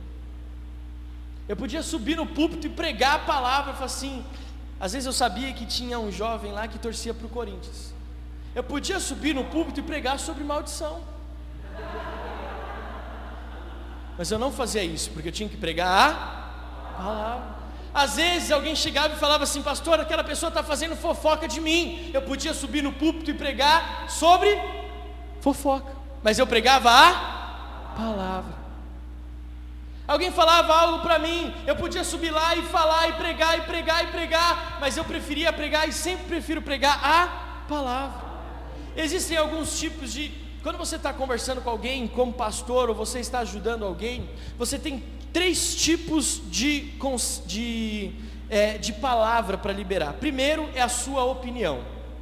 Eu podia subir no púlpito e pregar a palavra. Eu assim, às vezes eu sabia que tinha um jovem lá que torcia para o Corinthians. Eu podia subir no púlpito e pregar sobre maldição. Mas eu não fazia isso, porque eu tinha que pregar a palavra. Às vezes alguém chegava e falava assim: pastor, aquela pessoa está fazendo fofoca de mim. Eu podia subir no púlpito e pregar sobre fofoca, mas eu pregava a palavra. Alguém falava algo para mim, eu podia subir lá e falar e pregar e pregar e pregar, mas eu preferia pregar e sempre prefiro pregar a palavra. Existem alguns tipos de... Quando você está conversando com alguém como pastor, ou você está ajudando alguém, você tem 3 tipos de palavra para liberar. Primeiro é a sua opinião.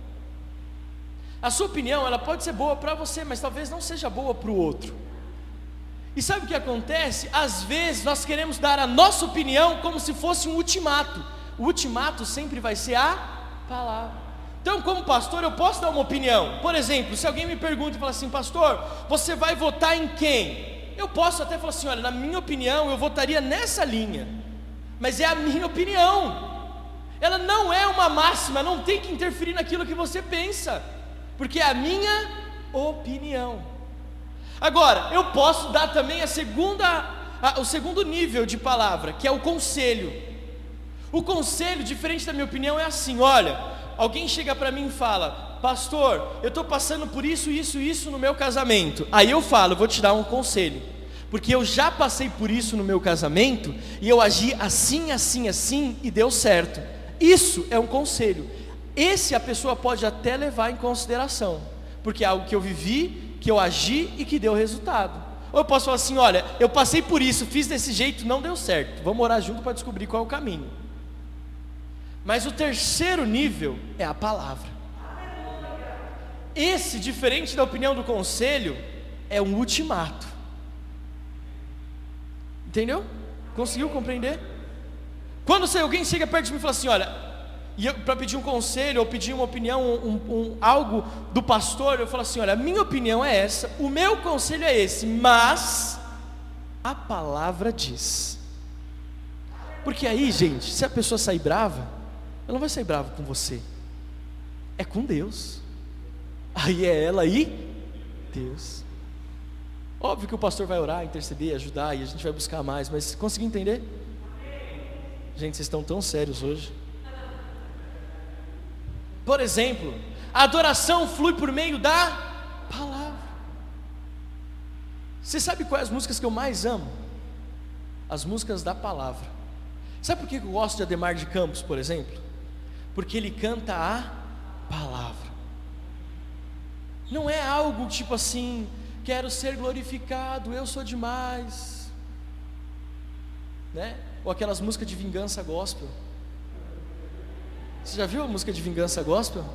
A sua opinião, ela pode ser boa para você, mas talvez não seja boa para o outro. E sabe o que acontece? Às vezes nós queremos dar a nossa opinião como se fosse um ultimato. O ultimato sempre vai ser a palavra. Então, como pastor, eu posso dar uma opinião. Por exemplo, se alguém me pergunta e fala assim: pastor, você vai votar em quem? Eu posso até falar assim: olha, na minha opinião, eu votaria nessa linha. Mas é a minha opinião. Ela não é uma máxima, não tem que interferir naquilo que você pensa, porque é a minha opinião. Agora, eu posso dar também o segundo nível de palavra, que é o conselho. O conselho, diferente da minha opinião, é assim: olha, alguém chega para mim e fala: pastor, eu estou passando por isso, isso, isso no meu casamento. Aí eu falo: vou te dar um conselho, porque eu já passei por isso no meu casamento, e eu agi assim, assim, assim, e deu certo. Isso é um conselho. Esse a pessoa pode até levar em consideração, porque é algo que eu vivi, que eu agi e que deu resultado. Ou eu posso falar assim: olha, eu passei por isso, fiz desse jeito, não deu certo, vamos orar junto para descobrir qual é o caminho. Mas o terceiro nível é a palavra. Esse, diferente da opinião do conselho, é um ultimato. Entendeu? Conseguiu compreender? Quando alguém chega perto de mim e fala assim: olha, para pedir um conselho ou pedir uma opinião, algo do pastor, eu falo assim: olha, a minha opinião é essa, o meu conselho é esse, mas a palavra diz. Porque aí, gente, se a pessoa sair brava, ela não vai sair brava com você, é com Deus. Aí é ela e Deus. Óbvio que o pastor vai orar, interceder, ajudar, e a gente vai buscar mais, mas conseguiu entender? Gente, vocês estão tão sérios hoje. Por exemplo, a adoração flui por meio da palavra. Você sabe quais as músicas que eu mais amo? As músicas da palavra. Sabe por que eu gosto de Ademar de Campos, por exemplo? Porque ele canta a palavra. Não é algo tipo assim: quero ser glorificado, eu sou demais, né? Ou aquelas músicas de vingança gospel. Você já viu a música de vingança gospel?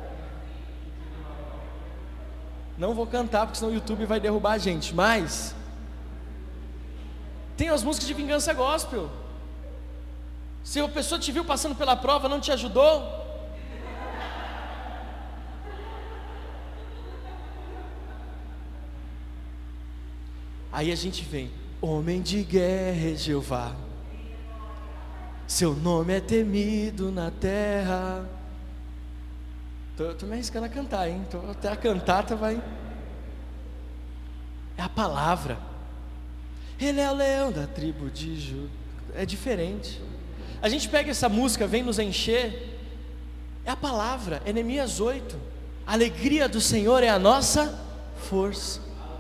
Não vou cantar, porque senão o YouTube vai derrubar a gente. Mas tem as músicas de vingança gospel. Se a pessoa te viu passando pela prova, não te ajudou, aí a gente vem: homem de guerra é Jeová, seu nome é temido na terra. Tô me arriscando a cantar, hein? Até a cantata vai. É a palavra. Ele é o leão da tribo de Judá. É diferente. A gente pega essa música, vem nos encher. É a palavra, é Neemias 8. A alegria do Senhor é a nossa força.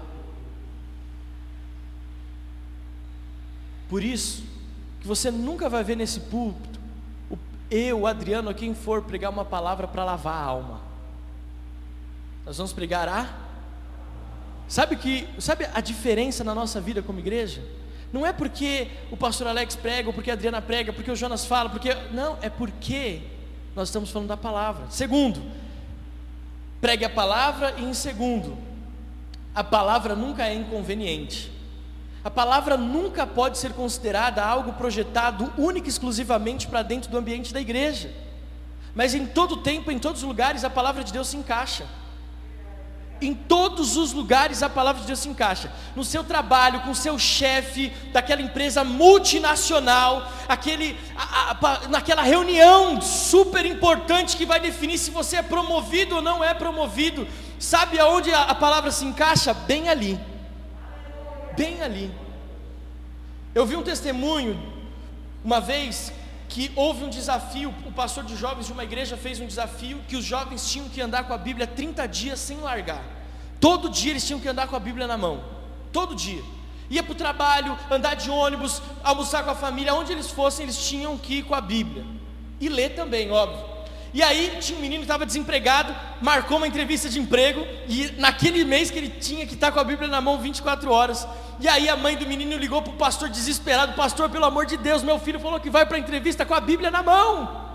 Por isso que você nunca vai ver nesse púlpito o Adriano, quem for, pregar uma palavra para lavar a alma. Nós vamos pregar Sabe a diferença na nossa vida como igreja? Não é porque o pastor Alex prega, ou porque a Adriana prega, porque o Jonas fala, não, é porque nós estamos falando da palavra. Segundo, pregue a palavra. E em segundo, a palavra nunca é inconveniente. A palavra nunca pode ser considerada algo projetado única e exclusivamente para dentro do ambiente da igreja. Mas em todo tempo, em todos os lugares, a palavra de Deus se encaixa. Em todos os lugares a palavra de Deus se encaixa. No seu trabalho, com o seu chefe daquela empresa multinacional, naquela reunião super importante que vai definir se você é promovido ou não é promovido. Sabe aonde a palavra se encaixa? Bem ali. Bem ali. Eu vi um testemunho uma vez que houve um desafio. O pastor de jovens de uma igreja fez um desafio que os jovens tinham que andar com a Bíblia 30 dias sem largar. Todo dia eles tinham que andar com a Bíblia na mão. Todo dia. Ia para o trabalho, andar de ônibus, almoçar com a família, onde eles fossem eles tinham que ir com a Bíblia. E ler também, óbvio. E aí tinha um menino que estava desempregado, marcou uma entrevista de emprego, e naquele mês que ele tinha que estar com a Bíblia na mão 24 horas, e aí a mãe do menino ligou para o pastor desesperado: pastor, pelo amor de Deus, meu filho falou que vai para a entrevista com a Bíblia na mão.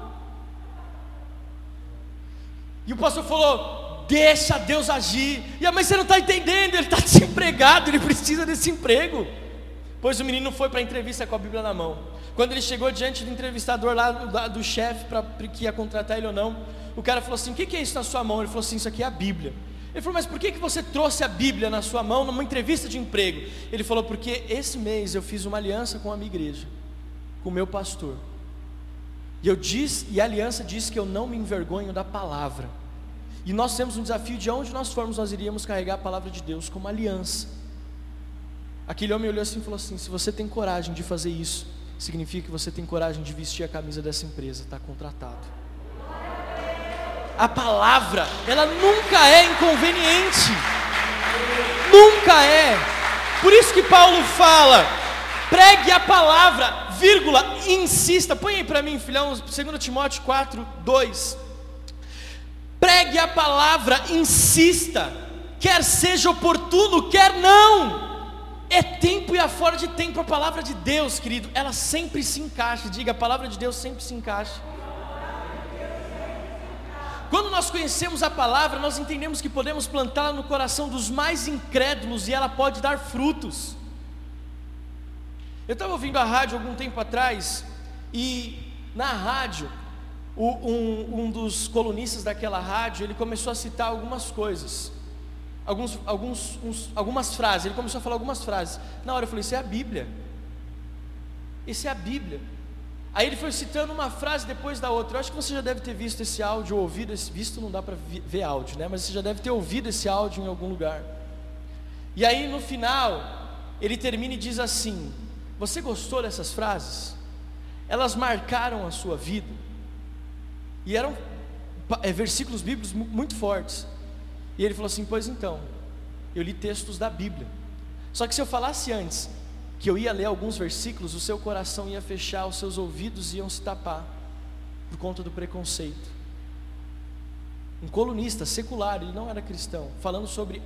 E o pastor falou: deixa Deus agir. E a mãe: você não está entendendo, ele está desempregado, ele precisa desse emprego. Pois o menino foi para a entrevista com a Bíblia na mão. Quando ele chegou diante do entrevistador lá, do chefe, que ia contratar ele ou não, o cara falou assim: o que é isso na sua mão? Ele falou assim: isso aqui é a Bíblia. Ele falou: mas por que você trouxe a Bíblia na sua mão numa entrevista de emprego? Ele falou: porque esse mês eu fiz uma aliança com a minha igreja, com o meu pastor, e a aliança diz que eu não me envergonho da palavra. E nós temos um desafio de onde nós formos, nós iríamos carregar a palavra de Deus como aliança. Aquele homem olhou assim e falou assim: se você tem coragem de fazer isso, significa que você tem coragem de vestir a camisa dessa empresa, está contratado. A palavra, ela nunca é inconveniente. Nunca é. Por isso que Paulo fala: pregue a palavra, vírgula, insista. Põe aí para mim, filhão, 2 Timóteo 4:2. Pregue a palavra, insista, quer seja oportuno, quer não. É tempo e é fora de tempo. A palavra de Deus, querido, ela sempre se encaixa. Diga: a palavra de Deus sempre se encaixa. Quando nós conhecemos a palavra, nós entendemos que podemos plantá-la no coração dos mais incrédulos e ela pode dar frutos. Eu estava ouvindo a rádio algum tempo atrás, e na rádio um dos colunistas daquela rádio, ele começou a citar algumas coisas, algumas frases. Ele começou a falar algumas frases. Na hora eu falei: isso é a Bíblia. Isso é a Bíblia. Aí ele foi citando uma frase depois da outra. Eu acho que você já deve ter visto esse áudio, ou ouvido esse, visto não dá para ver áudio, né? Mas você já deve ter ouvido esse áudio em algum lugar. E aí no final ele termina e diz assim: você gostou dessas frases? Elas marcaram a sua vida. E eram versículos bíblicos muito fortes. E ele falou assim: pois então, eu li textos da Bíblia. Só que se eu falasse antes que eu ia ler alguns versículos, o seu coração ia fechar, os seus ouvidos iam se tapar, por conta do preconceito. Um colunista secular, ele não era cristão, falando sobre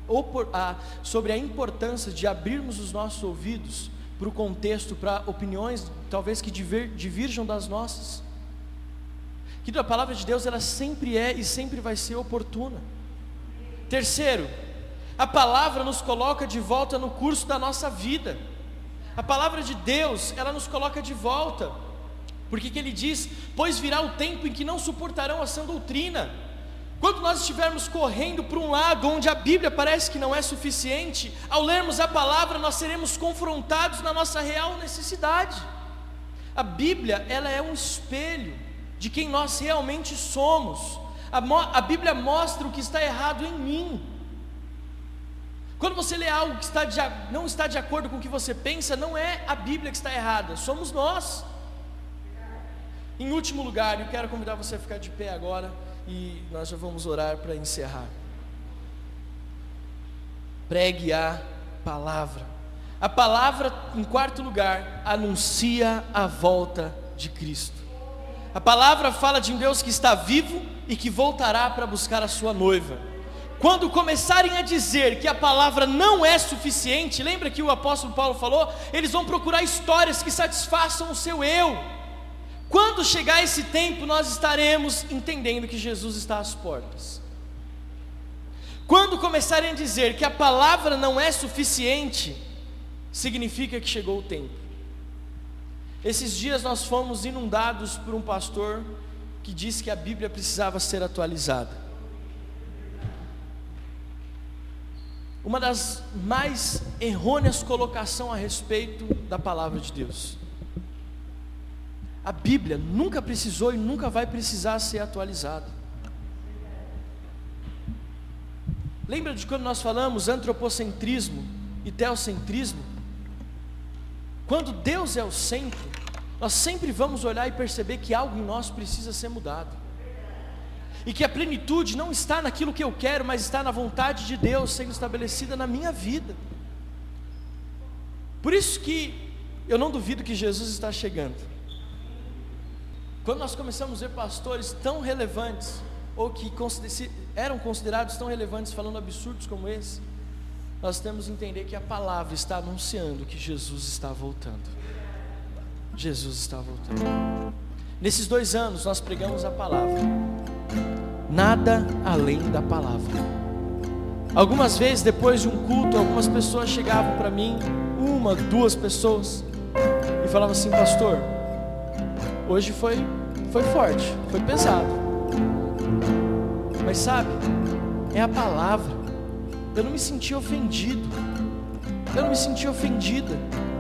a importância de abrirmos os nossos ouvidos para o contexto, para opiniões talvez que divirjam das nossas. Querido, a palavra de Deus, ela sempre é e sempre vai ser oportuna. Terceiro, a palavra nos coloca de volta no curso da nossa vida. A palavra de Deus, ela nos coloca de volta, porque que ele diz: pois virá o tempo em que não suportarão a sã doutrina. Quando nós estivermos correndo para um lado onde a Bíblia parece que não é suficiente, ao lermos a palavra nós seremos confrontados na nossa real necessidade. A Bíblia, ela é um espelho de quem nós realmente somos. A Bíblia mostra o que está errado em mim. Quando você lê algo que não está de acordo com o que você pensa, não é a Bíblia que está errada, somos nós. Em último lugar, eu quero convidar você a ficar de pé agora, e nós já vamos orar para encerrar. Pregue a palavra. A palavra, em quarto lugar, anuncia a volta de Cristo. A palavra fala de um Deus que está vivo e que voltará para buscar a sua noiva. quando começarem a dizer que a palavra não é suficiente, lembra que o apóstolo Paulo falou? Eles vão procurar histórias que satisfaçam o seu eu. Quando chegar esse tempo, nós estaremos entendendo que Jesus está às portas. Quando começarem a dizer que a palavra não é suficiente, significa que chegou o tempo. Esses dias nós fomos inundados por um pastor que disse que a Bíblia precisava ser atualizada. Uma das mais errôneas colocações a respeito da palavra de Deus. A Bíblia nunca precisou e nunca vai precisar ser atualizada. Lembra de quando nós falamos antropocentrismo e teocentrismo? Quando Deus é o centro, nós sempre vamos olhar e perceber que algo em nós precisa ser mudado. E que a plenitude não está naquilo que eu quero, mas está na vontade de Deus sendo estabelecida na minha vida. Por isso que eu não duvido que Jesus está chegando. Quando nós começamos a ver pastores tão relevantes, ou que eram considerados tão relevantes falando absurdos como esse, nós temos que entender que a palavra está anunciando que Jesus está voltando. Jesus está voltando. Nesses 2 anos nós pregamos a palavra, nada além da palavra. Algumas vezes depois de um culto, algumas pessoas chegavam para mim, 1, 2 pessoas, e falavam assim: pastor, hoje foi forte, foi pesado, mas sabe, é a palavra. Eu não me senti ofendido, eu não me senti ofendida.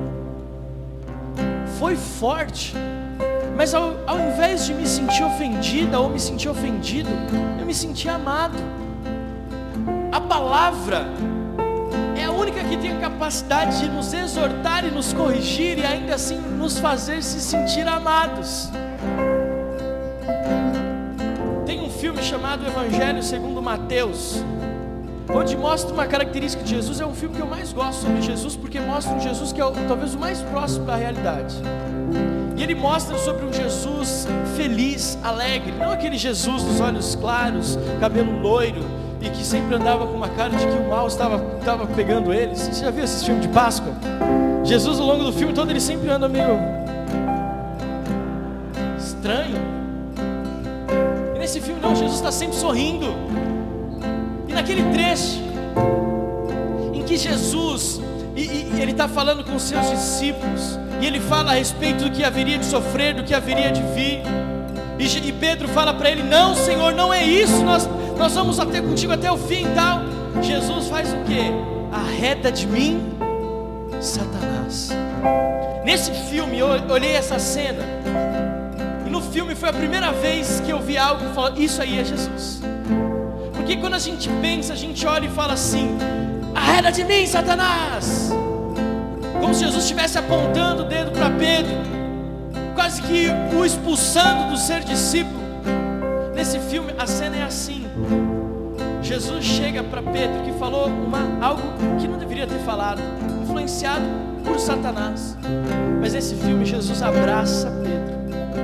Foi forte, mas ao invés de me sentir ofendida ou me sentir ofendido, eu me senti amado. A palavra é a única que tem a capacidade de nos exortar e nos corrigir, e ainda assim nos fazer se sentir amados. Tem um filme chamado Evangelho segundo Mateus, onde mostra uma característica de Jesus. É um filme que eu mais gosto sobre Jesus, porque mostra um Jesus que é talvez o mais próximo da realidade. E ele mostra sobre um Jesus feliz, alegre, não aquele Jesus dos olhos claros, cabelo loiro, e que sempre andava com uma cara de que o mal estava pegando eles. Você já viu esse filme de Páscoa? Jesus, ao longo do filme todo, ele sempre anda meio estranho. E nesse filme não, Jesus está sempre sorrindo. E naquele trecho em que Jesus, ele está falando com os seus discípulos, e ele fala a respeito do que haveria de sofrer, do que haveria de vir, e Pedro fala para ele: não, Senhor, não é isso, nós vamos até contigo até o fim e tal. Jesus faz o que? Arreda de mim, Satanás. Nesse filme eu olhei essa cena, e no filme foi a primeira vez que eu vi algo e falei: isso aí é Jesus. Porque quando a gente pensa, a gente olha e fala assim: arreda de mim, Satanás, como se Jesus estivesse apontando o dedo para Pedro, quase que o expulsando do ser discípulo. Nesse filme a cena é assim: Jesus chega para Pedro, que falou algo que não deveria ter falado, influenciado por Satanás. Mas nesse filme Jesus abraça Pedro,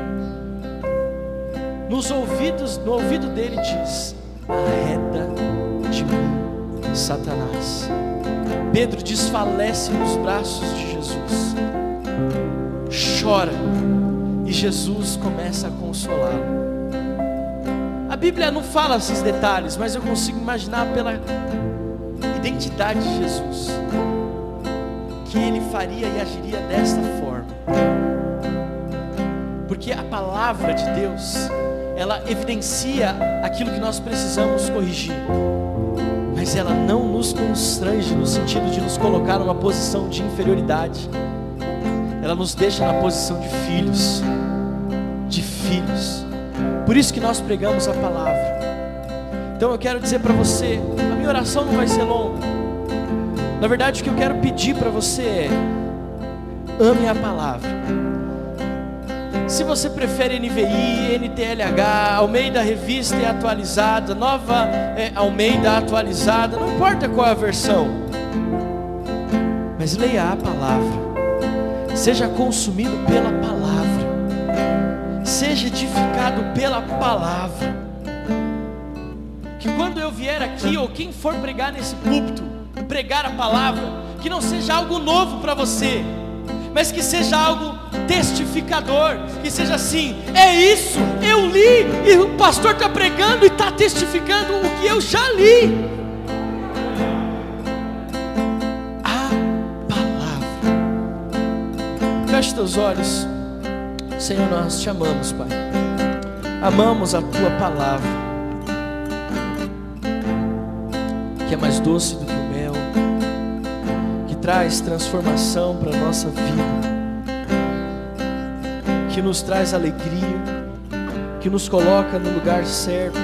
no ouvido dele diz: arreda de mim, Satanás. Pedro desfalece nos braços de Jesus, chora, e Jesus começa a consolá-lo. A Bíblia não fala esses detalhes, mas eu consigo imaginar pela identidade de Jesus que ele faria e agiria desta forma, porque a palavra de Deus, ela evidencia aquilo que nós precisamos corrigir, mas ela não nos constrange no sentido de nos colocar numa posição de inferioridade. Ela nos deixa na posição de filhos, Por isso que nós pregamos a palavra. Então eu quero dizer para você, a minha oração não vai ser longa. Na verdade o que eu quero pedir para você é: ame a palavra. Se você prefere NVI, NTLH, Almeida Revista e Atualizada, Nova Almeida Atualizada, não importa qual é a versão, mas leia a palavra, seja consumido pela palavra, seja edificado pela palavra. que quando eu vier aqui, ou quem for pregar nesse púlpito, pregar a palavra, que não seja algo novo para você, mas que seja algo testificador, que seja assim: é isso, eu li, e o pastor está pregando e está testificando o que eu já li. A palavra. Feche teus olhos. Senhor, nós te amamos, Pai. Amamos a tua palavra, que é mais doce do que o mel, que traz transformação para a nossa vida, que nos traz alegria, que nos coloca no lugar certo.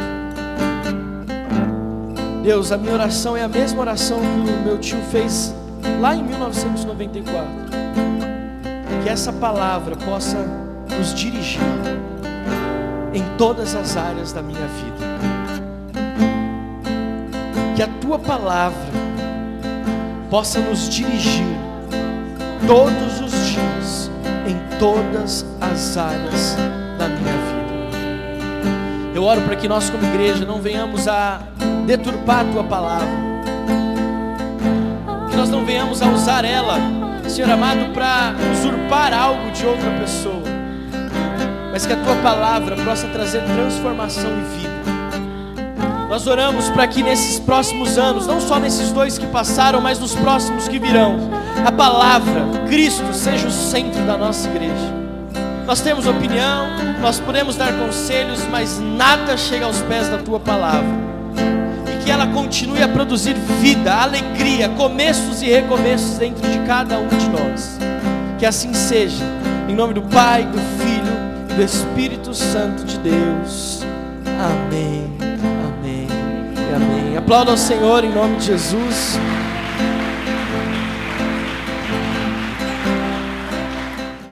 Deus, a minha oração é a mesma oração que o meu tio fez lá em 1994. Que essa palavra possa nos dirigir em todas as áreas da minha vida. Que a tua palavra possa nos dirigir todos os dias em todas as áreas da minha vida. Eu oro para que nós como igreja não venhamos a deturpar a tua palavra, que nós não venhamos a usar ela, Senhor amado, para usurpar algo de outra pessoa, mas que a tua palavra possa trazer transformação e vida. Nós oramos para que nesses próximos anos, não só nesses 2 que passaram, mas nos próximos que virão, a palavra, Cristo, seja o centro da nossa igreja. Nós temos opinião, nós podemos dar conselhos, mas nada chega aos pés da tua palavra. E que ela continue a produzir vida, alegria, começos e recomeços dentro de cada um de nós. Que assim seja, em nome do Pai, do Filho e do Espírito Santo de Deus. Amém. Amém. Amém. Aplauda ao Senhor em nome de Jesus.